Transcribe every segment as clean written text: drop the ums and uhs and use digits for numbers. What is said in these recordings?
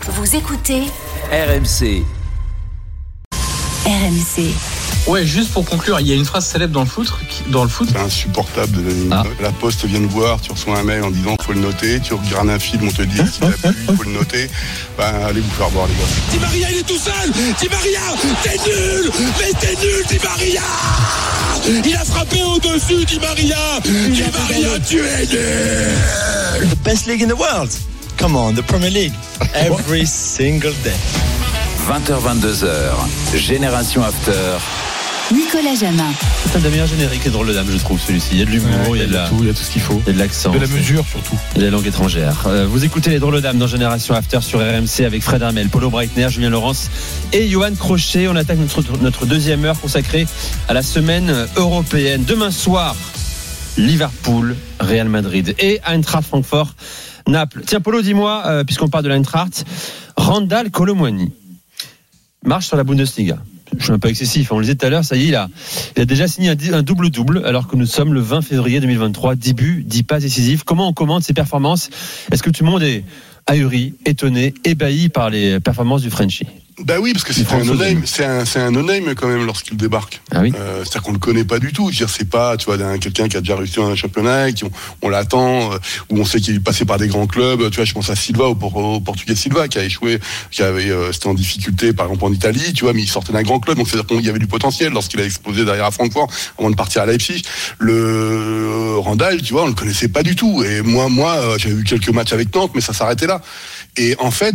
Vous écoutez RMC. RMC. Ouais, juste pour conclure, il y a une phrase célèbre dans le foot. C'est insupportable. La Poste vient de voir, tu reçois un mail en disant faut le noter, tu regardes un film, on te dit s'il a plu, il faut le noter. Allez vous faire voir les gars. Di Maria il est tout seul. Di Maria, t'es nul. Mais t'es nul, Di Maria. Il a frappé au-dessus, Di Maria. Di Maria, tu es nul. The best league in the world. Come on, the Premier League. Every single day. 20h-22h, Génération After. Nicolas Jamin. C'est un des meilleurs génériques des Drôles de Dames, je trouve, celui-ci. Il y a de l'humour, il y a tout ce qu'il faut. Il y a de l'accent. De la mesure, surtout. Il y a la langue étrangère. Vous écoutez les Drôles de Dames dans Génération After sur RMC avec Fred Hermel, Polo Breitner, Julien Laurence et Johan Crochet. On attaque notre deuxième heure consacrée à la semaine européenne. Demain soir, Liverpool, Real Madrid et Eintracht Francfort, Naples. Tiens, Polo, dis-moi, puisqu'on parle de l'Eintracht, Randal Kolo Muani marche sur la Bundesliga. Je suis un peu excessif, on le disait tout à l'heure, ça y est, il a déjà signé un double-double alors que nous sommes le 20 février 2023, 10 buts, 10 passes décisives. Comment on commente ces performances ? Est-ce que tout le monde est ahuri, étonné, ébahi par les performances du Frenchie ? Bah oui, parce que c'est un no-name, c'est un no-name quand même lorsqu'il débarque. Ah oui. C'est-à-dire qu'on le connaît pas du tout. Je veux dire, c'est pas, tu vois, quelqu'un qui a déjà réussi dans un championnat, on l'attend, où on sait qu'il est passé par des grands clubs. Tu vois, je pense à Silva, au Portugais Silva, qui a échoué, c'était en difficulté, par exemple en Italie, tu vois, mais il sortait d'un grand club, donc c'est-à-dire qu'il y avait du potentiel lorsqu'il a explosé derrière à Francfort, avant de partir à Leipzig. Le Randal, tu vois, on le connaissait pas du tout. Et moi, j'avais eu quelques matchs avec Nantes, mais ça s'arrêtait là. Et en fait,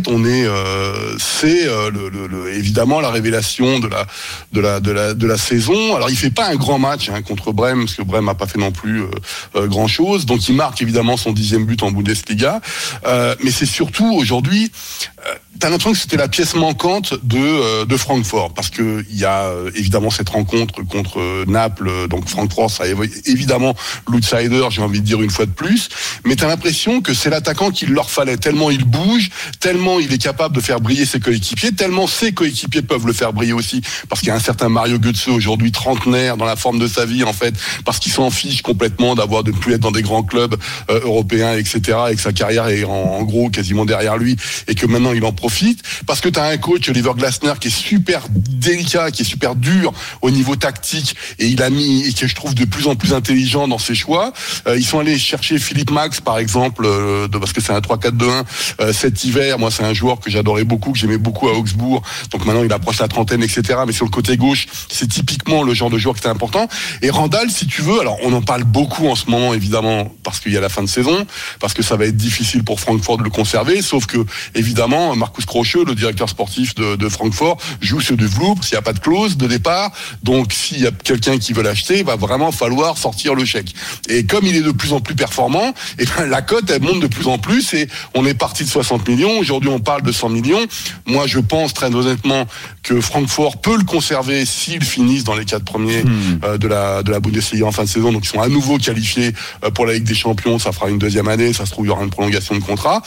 c'est évidemment la révélation de la saison. Alors, il fait pas un grand match contre Brême, parce que Brême a pas fait non plus grand chose. Donc, il marque évidemment son 10e but en Bundesliga. Mais c'est surtout aujourd'hui, t'as l'impression que c'était la pièce manquante de Francfort, parce que il y a évidemment cette rencontre contre Naples. Donc, Francfort, ça évidemment l'outsider, j'ai envie de dire une fois de plus. Mais t'as l'impression que c'est l'attaquant qu'il leur fallait, tellement il bouge, tellement il est capable de faire briller ses coéquipiers, tellement ses coéquipiers peuvent le faire briller aussi, parce qu'il y a un certain Mario Götze aujourd'hui trentenaire dans la forme de sa vie en fait, parce qu'il s'en fiche complètement de ne plus être dans des grands clubs européens, etc., et que sa carrière est en gros quasiment derrière lui, et que maintenant il en profite, parce que tu as un coach, Oliver Glasner, qui est super délicat, qui est super dur au niveau tactique, et et que je trouve de plus en plus intelligent dans ses choix. Ils sont allés chercher Philippe Max par exemple, parce que c'est un 3-4-2-1 cet hiver. Moi, c'est un joueur que j'adorais beaucoup, que j'aimais beaucoup à Augsbourg. Donc maintenant, il approche la trentaine, etc. Mais sur le côté gauche, c'est typiquement le genre de joueur qui était important. Et Randal, si tu veux, alors on en parle beaucoup en ce moment, évidemment, parce qu'il y a la fin de saison, parce que ça va être difficile pour Francfort de le conserver. Sauf que, évidemment, Markus Krösche, le directeur sportif de Francfort, joue sur du Vloop, s'il n'y a pas de clause de départ. Donc, s'il y a quelqu'un qui veut l'acheter, il va vraiment falloir sortir le chèque. Et comme il est de plus en plus performant, et la cote, elle monte de plus en plus, et on est parti de 60 millions. Aujourd'hui, on parle de 100 millions. Moi, je pense très honnêtement que Francfort peut le conserver s'ils finissent dans les 4 premiers de la Bundesliga en fin de saison. Donc, ils sont à nouveau qualifiés pour la Ligue des Champions. Ça fera une deuxième année. Ça se trouve, il y aura une prolongation de contrat.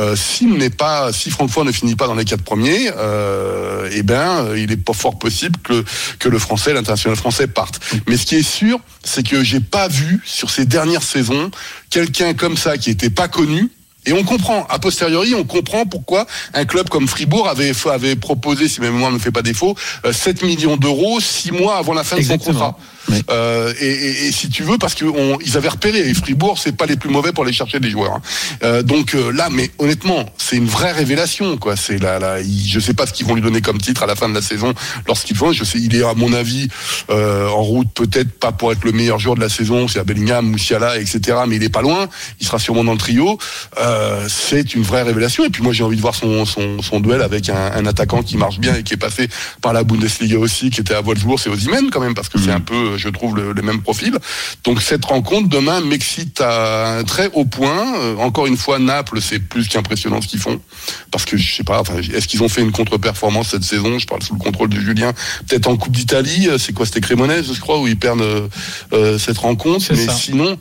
Si Francfort ne finit pas dans les 4 premiers, il est pas fort possible que le Français, l'international français parte. Mais ce qui est sûr, c'est que j'ai pas vu sur ces dernières saisons quelqu'un comme ça qui était pas connu. Et on comprend, a posteriori, on comprend pourquoi un club comme Fribourg avait proposé, si ma mémoire ne me fait pas défaut, 7 millions d'euros 6 mois avant la fin de son contrat. Oui. Et si tu veux, parce qu'ils avaient repéré, et Fribourg, c'est pas les plus mauvais pour aller chercher des joueurs. Donc là, mais honnêtement, c'est une vraie révélation, quoi. Je sais pas ce qu'ils vont lui donner comme titre à la fin de la saison lorsqu'ils font. Il est à mon avis en route, peut-être pas pour être le meilleur joueur de la saison, c'est à Bellingham, Musiala, etc. Mais il est pas loin. Il sera sûrement dans le trio. C'est une vraie révélation. Et puis moi, j'ai envie de voir son duel avec un attaquant qui marche bien et qui est passé par la Bundesliga aussi, qui était à Wolfsburg, c'est Osimhen quand même, parce que c'est un peu, je trouve, le même profil. Donc cette rencontre demain m'excite à un très haut point. Encore une fois, Naples, c'est plus qu'impressionnant ce qu'ils font, parce que je sais pas, est-ce qu'ils ont fait une contre-performance cette saison? Je parle sous le contrôle de Julien, peut-être en Coupe d'Italie. C'est quoi, c'était Cremonese, je crois, où ils perdent cette rencontre. C'est mais ça. sinon,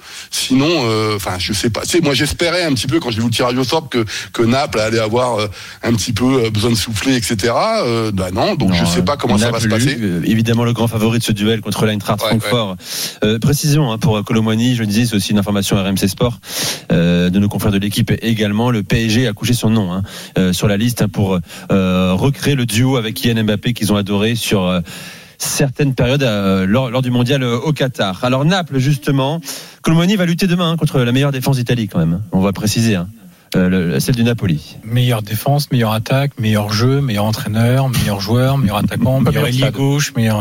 je sais pas. Tu sais, moi j'espérais un petit peu quand j'ai vu le tirage au sort que Naples allait avoir un petit peu besoin de souffler, etc. Non, donc je sais pas comment ça va se passer. Évidemment, le grand favori de ce duel contre l'Eintracht Eintracht Francfort. Précision pour Kolo Muani, je le disais, c'est aussi une information RMC Sport de nos confrères de l'équipe également. Le PSG a couché son nom sur la liste pour recréer le duo avec Kylian Mbappé qu'ils ont adoré sur certaines périodes lors du mondial au Qatar. Alors Naples, justement, Kolo Muani va lutter demain contre la meilleure défense d'Italie quand même. On va préciser. Celle du Napoli. Meilleure défense, meilleure attaque, meilleur jeu, meilleur entraîneur, meilleur joueur, meilleur attaquant, meilleur ailier gauche, meilleur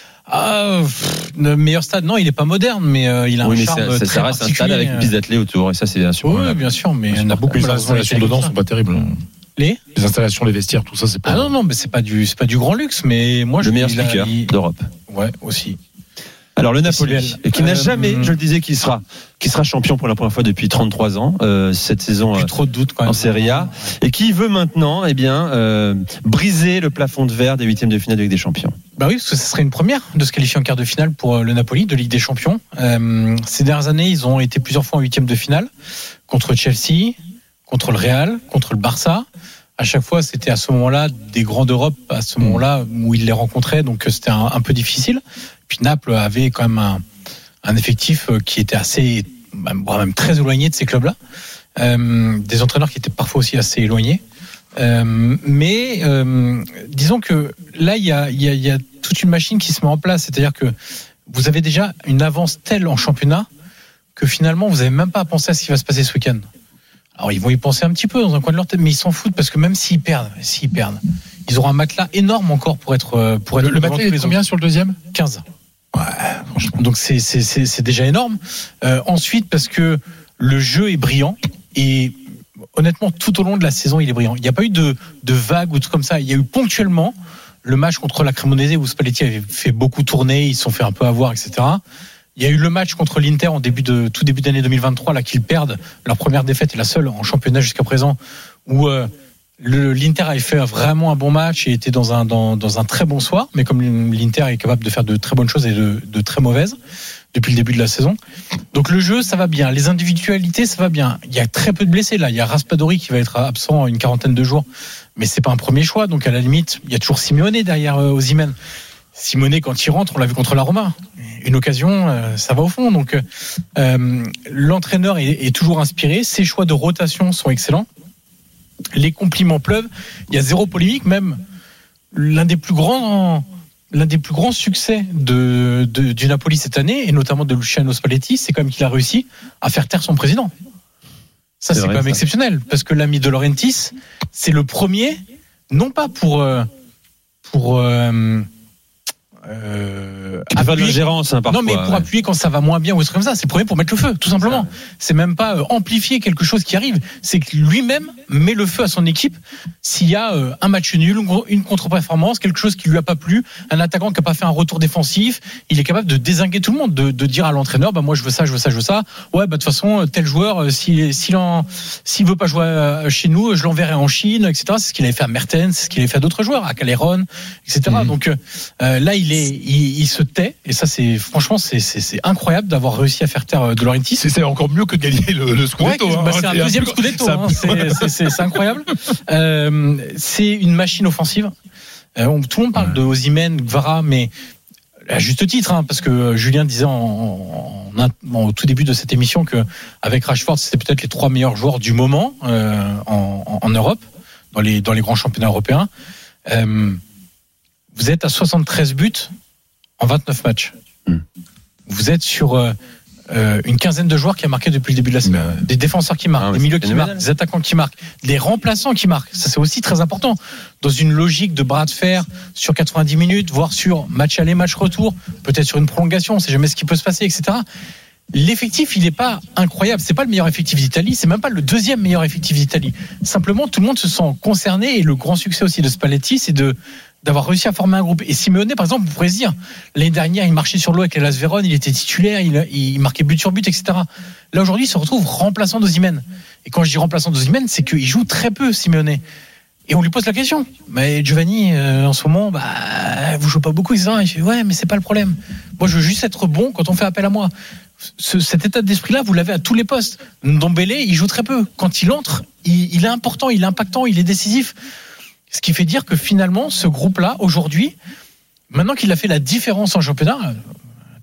stade. Non, il est pas moderne, mais il a un charme très ça reste un stade avec une piste d'athlètes autour, et ça c'est bien sûr. Oui, bien sûr, mais il y en a beaucoup. Les installations dedans sont pas terribles. Les installations, les vestiaires, tout ça, c'est pas. Ah non, mais c'est pas du grand luxe, mais moi le meilleur speaker d'Europe. Ouais, aussi. Alors le Napoli, qui n'a jamais, je le disais, qui sera champion pour la première fois depuis 33 ans cette saison trop de doutes quand même en Serie A, et qui veut maintenant briser le plafond de verre des huitièmes de finale de Ligue des Champions. Bah oui, parce que ce serait une première de se qualifier en quart de finale pour le Napoli de Ligue des Champions. Ces dernières années, ils ont été plusieurs fois en huitièmes de finale contre Chelsea, contre le Real, contre le Barça. À chaque fois, c'était à ce moment-là des grands d'Europe, à ce moment-là où ils les rencontraient, donc c'était un peu difficile. Puis Naples avait quand même un effectif qui était assez, même très éloigné de ces clubs-là. Des entraîneurs qui étaient parfois aussi assez éloignés. Mais disons que là, il y a toute une machine qui se met en place. C'est-à-dire que vous avez déjà une avance telle en championnat que finalement, vous n'avez même pas à penser à ce qui va se passer ce week-end. Alors, ils vont y penser un petit peu dans un coin de leur tête, mais ils s'en foutent parce que même s'ils perdent, ils auront un matelas énorme encore pour être le matelas est combien sur le deuxième? 15. Ouais, franchement. Donc c'est déjà énorme. Ensuite, parce que le jeu est brillant et honnêtement, tout au long de la saison, il est brillant. Il n'y a pas eu de vagues ou tout comme ça. Il y a eu ponctuellement le match contre la Cremonese où Spalletti avait fait beaucoup tourner, ils se sont fait un peu avoir, etc. Il y a eu le match contre l'Inter en tout début d'année 2023, là qu'ils perdent leur première défaite et la seule en championnat jusqu'à présent, où l'Inter avait fait vraiment un bon match et était dans un très bon soir, mais comme l'Inter est capable de faire de très bonnes choses et de très mauvaises depuis le début de la saison. Donc le jeu, ça va bien. Les individualités, ça va bien. Il y a très peu de blessés là. Il y a Raspadori qui va être absent une quarantaine de jours, mais c'est pas un premier choix. Donc à la limite, il y a toujours Simeone derrière Osimhen. Simeone, quand il rentre, on l'a vu contre la Roma. Une occasion, ça va au fond. Donc, l'entraîneur est toujours inspiré. Ses choix de rotation sont excellents. Les compliments pleuvent. Il y a zéro polémique. Même l'un des plus grands succès du Napoli cette année, et notamment de Luciano Spalletti, c'est quand même qu'il a réussi à faire taire son président. Ça, c'est quand même exceptionnel. Parce que l'ami De Laurentiis, c'est le premier, non pas pour appuyer, de la gérance, parfois, non, mais pour appuyer quand ça va moins bien ou des trucs comme ça. C'est le premier pour mettre le feu, tout simplement. C'est même pas amplifier quelque chose qui arrive. C'est que lui-même met le feu à son équipe s'il y a un match nul, une contre-performance, quelque chose qui lui a pas plu, un attaquant qui a pas fait un retour défensif. Il est capable de dézinguer tout le monde, de dire à l'entraîneur, moi je veux ça. Ouais, de toute façon, tel joueur, s'il veut pas jouer chez nous, je l'enverrai en Chine, etc. C'est ce qu'il avait fait à Mertens, c'est ce qu'il avait fait à d'autres joueurs, à Calderon, etc. Donc là, il se tait, et ça, c'est incroyable d'avoir réussi à faire taire De Laurentiis. C'est encore mieux que de gagner le Scudetto. C'est un deuxième Scudetto. C'est incroyable. C'est une machine offensive. Tout le monde parle de Osimhen, Kvara, mais à juste titre, parce que Julien disait au tout début de cette émission que avec Rashford, c'était peut-être les 3 meilleurs joueurs du moment en Europe, dans les grands championnats européens. Vous êtes à 73 buts en 29 matchs. Vous êtes sur une quinzaine de joueurs qui a marqué depuis le début de la saison. Des défenseurs qui marquent, des milieux qui marquent, des attaquants qui marquent, des remplaçants qui marquent. Ça, c'est aussi très important. Dans une logique de bras de fer sur 90 minutes, voire sur match aller, match retour, peut-être sur une prolongation, on ne sait jamais ce qui peut se passer, etc. L'effectif, il n'est pas incroyable. C'est pas le meilleur effectif d'Italie. C'est même pas le deuxième meilleur effectif d'Italie. Simplement, tout le monde se sent concerné, et le grand succès aussi de Spalletti, c'est d'avoir réussi à former un groupe. Et Simeone, par exemple, vous pourrez se dire, l'année dernière, il marchait sur l'eau avec l'Hellas Vérone, il était titulaire, il marquait but sur but, etc. Là, aujourd'hui, il se retrouve remplaçant d'Osimhen. Et quand je dis remplaçant d'Osimhen, c'est qu'il joue très peu, Simeone. Et on lui pose la question. Mais Giovanni, en ce moment, vous jouez pas beaucoup, etc. Il fait, ouais, mais c'est pas le problème. Moi, je veux juste être bon quand on fait appel à moi. Cet état d'esprit-là, vous l'avez à tous les postes. Ndombele, il joue très peu. Quand il entre, il est important, il est impactant, il est décisif. Ce qui fait dire que finalement, ce groupe-là, aujourd'hui, maintenant qu'il a fait la différence en championnat,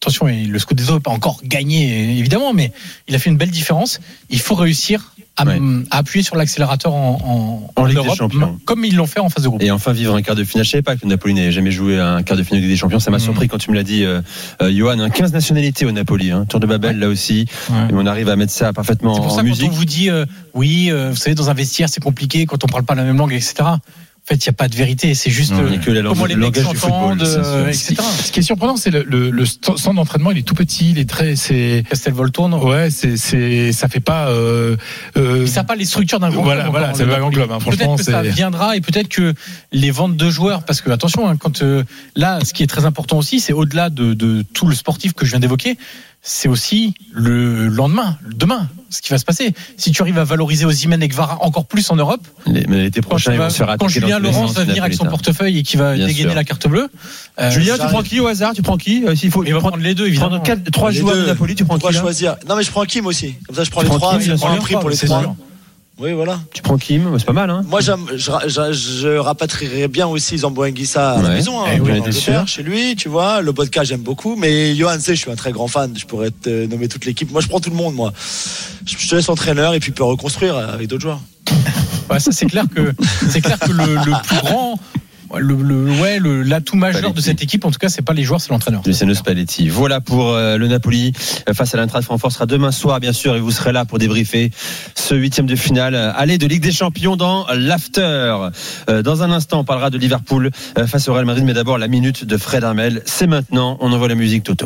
attention, le Scudetto n'est pas encore gagné, évidemment, mais il a fait une belle différence. Il faut réussir à appuyer sur l'accélérateur en Ligue Europe, des Champions, comme ils l'ont fait en phase de groupe. Et enfin vivre un quart de finale. Je savais pas que le Napoli n'avait jamais joué un quart de finale de Ligue des Champions. Ça m'a surpris quand tu me l'as dit, Johan. 15 nationalités au Napoli, Tour de Babel là aussi. Et on arrive à mettre ça parfaitement en musique. C'est pour ça quand on vous dit, vous savez, dans un vestiaire c'est compliqué quand on parle pas la même langue, etc. En fait, il n'y a pas de vérité, c'est juste comment les mecs s'entendent, etc. Ce qui est surprenant, c'est le centre d'entraînement, il est tout petit, il est très, c'est Castelvolturno. Ouais, ça fait pas. Ça n'a pas les structures d'un grand club. Voilà, c'est le grand club. Franchement, peut-être que ça viendra et peut-être que les ventes de joueurs, parce que attention, quand là, ce qui est très important aussi, c'est au-delà de tout le sportif que je viens d'évoquer. C'est aussi le lendemain, demain, ce qui va se passer. Si tu arrives à valoriser Osimhen et Kvara encore plus en Europe, mais l'été prochain, ils vont se faire attaquer. Quand Julien Laurence va venir avec son portefeuille et qui va dégainer la carte bleue. Julien, tu prends qui au hasard? Tu prends qui? S'il faut, il va prendre les deux, évidemment. Prendre 3 joueurs de Napoli, tu prends qui? Choisir. Non, mais je prends Kim aussi. Comme ça, je prends les 3. Je prends un prix pour les 3. Oui, voilà. Tu prends Kim, c'est pas mal. Moi, je rapatrierais bien aussi Zambo Anguissa à la maison, chez lui, tu vois. Le podcast, j'aime beaucoup. Mais Johan, je suis un très grand fan. Je pourrais te nommer toute l'équipe. Moi, je prends tout le monde, moi. Je te laisse entraîneur et puis peut reconstruire avec d'autres joueurs. Ouais, ça, c'est clair que le plus grand. L'atout majeur de cette équipe, en tout cas, c'est pas les joueurs, c'est l'entraîneur. Luciano Spalletti. Voilà pour le Napoli face à l'Eintracht Francfort. Sera demain soir, bien sûr, et vous serez là pour débriefer ce 8e de finale aller de Ligue des Champions dans l'after. Dans un instant, on parlera de Liverpool face au Real Madrid, mais d'abord la minute de Fred Hermel. C'est maintenant. On envoie la musique, Toto.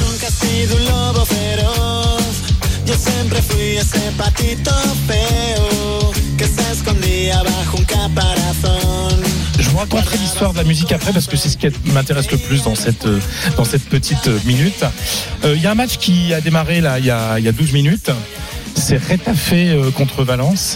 Je vous raconterai l'histoire de la musique après parce que c'est ce qui m'intéresse le plus dans cette petite minute. Il y a un match qui a démarré là il y a 12 minutes. C'est Retafe contre Valence.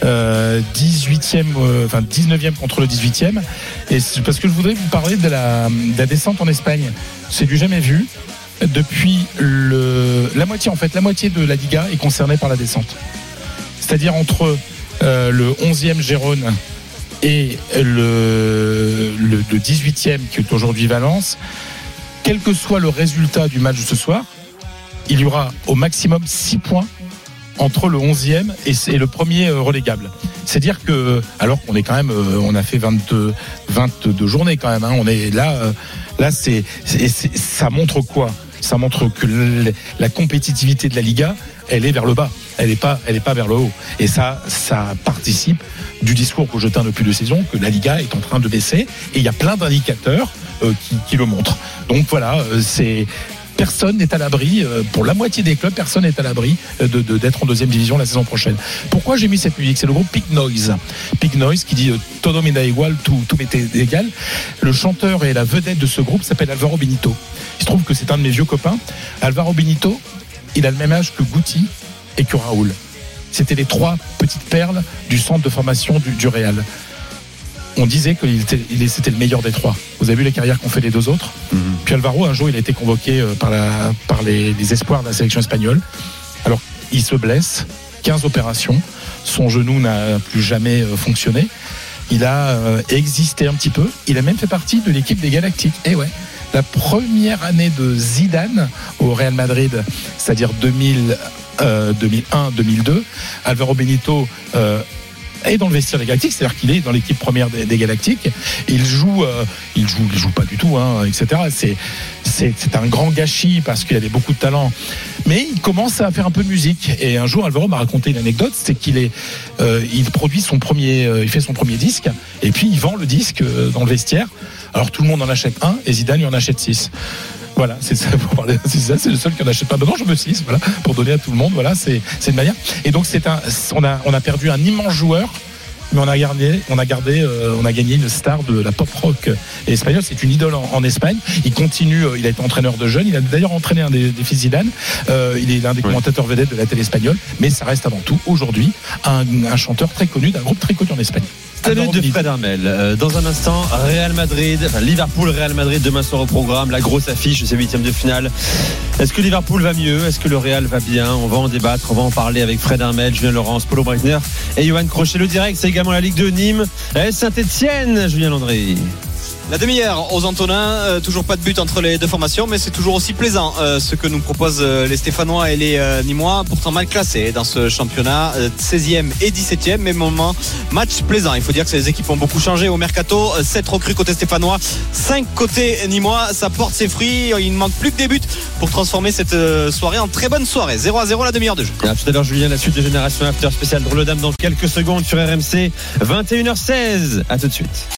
19e contre le 18e. Et c'est parce que je voudrais vous parler de la descente en Espagne. C'est du jamais vu. Depuis la moitié de la Liga est concernée par la descente. C'est-à-dire entre le 11e Gérone et le 18e qui est aujourd'hui Valence, quel que soit le résultat du match de ce soir, il y aura au maximum 6 points entre le 11e et le premier relégable. C'est-à-dire que, alors qu'on est quand même, on a fait 22 journées quand même, on est là, ça montre quoi? Ça montre que la compétitivité de la Liga, elle est vers le bas, elle est pas vers le haut. Et ça participe du discours que je tiens depuis 2 saisons, que la Liga est en train de baisser. Et il y a plein d'indicateurs qui le montrent. Donc voilà, personne n'est à l'abri, pour la moitié des clubs, personne n'est à l'abri d'être en 2e division la saison prochaine. Pourquoi j'ai mis cette musique? C'est le groupe Pig Noise. Pig Noise qui dit Todo me da igual, tout m'est égal. Le chanteur et la vedette de ce groupe s'appelle Alvaro Benito. Il se trouve que c'est un de mes vieux copains. Alvaro Benito, il a le même âge que Guti et que Raoul. C'était les 3 petites perles du centre de formation du Real. On disait que c'était le meilleur des 3. Vous avez vu les carrières qu'ont fait les 2 autres. Puis Alvaro, un jour, il a été convoqué par les espoirs de la sélection espagnole. Alors, il se blesse, 15 opérations. Son genou n'a plus jamais fonctionné. Il a existé un petit peu. Il a même fait partie de l'équipe des Galactiques. Et ouais, la première année de Zidane au Real Madrid, c'est-à-dire 2001-2002, Alvaro Benito est dans le vestiaire des Galactiques, c'est-à-dire qu'il est dans l'équipe première des Galactiques. Il joue pas du tout, etc. C'est un grand gâchis parce qu'il avait beaucoup de talent. Mais il commence à faire un peu de musique. Et un jour, Alvaro m'a raconté une anecdote, c'est qu'il il fait son premier disque, et puis il vend le disque dans le vestiaire. Alors tout le monde en achète un, et Zidane lui en achète 6. Voilà, c'est ça, pour parler, c'est le seul qui n'en achète pas. Non, je veux 6, voilà, pour donner à tout le monde. Voilà, c'est une manière. Et donc on a perdu un immense joueur, mais on a gagné une star de la pop rock espagnole. C'est une idole en Espagne. Il continue, il a été entraîneur de jeunes. Il a d'ailleurs entraîné un des fils Zidane. Il est l'un des commentateurs vedettes de la télé espagnole. Mais ça reste avant tout aujourd'hui un chanteur très connu d'un groupe très connu en Espagne. Salut de Fred Hermel. Dans un instant, Liverpool, Real Madrid, demain soir au programme, la grosse affiche de ces 8e de finale. Est-ce que Liverpool va mieux? Est-ce que le Real va bien? On va en débattre, on va en parler avec Fred Hermel, Julien Laurence, Paulo Breitner et Johan Crochet. Le direct, c'est également la Ligue de Nîmes, Saint-Etienne, Julien Landry. La demi-heure aux Antonins, toujours pas de but entre les deux formations, mais c'est toujours aussi plaisant ce que nous proposent les Stéphanois et les Nîmois, pourtant mal classés dans ce championnat, 16e et 17e, mais moment match plaisant. Il faut dire que ces équipes ont beaucoup changé au mercato, 7 recrues côté Stéphanois, 5 côté Nîmois, ça porte ses fruits, il ne manque plus que des buts pour transformer cette soirée en très bonne soirée. 0-0 la demi-heure de jeu. À tout à l'heure Julien, la suite de Génération After spécial Drôle de Dame dans quelques secondes sur RMC, 21h16. À tout de suite.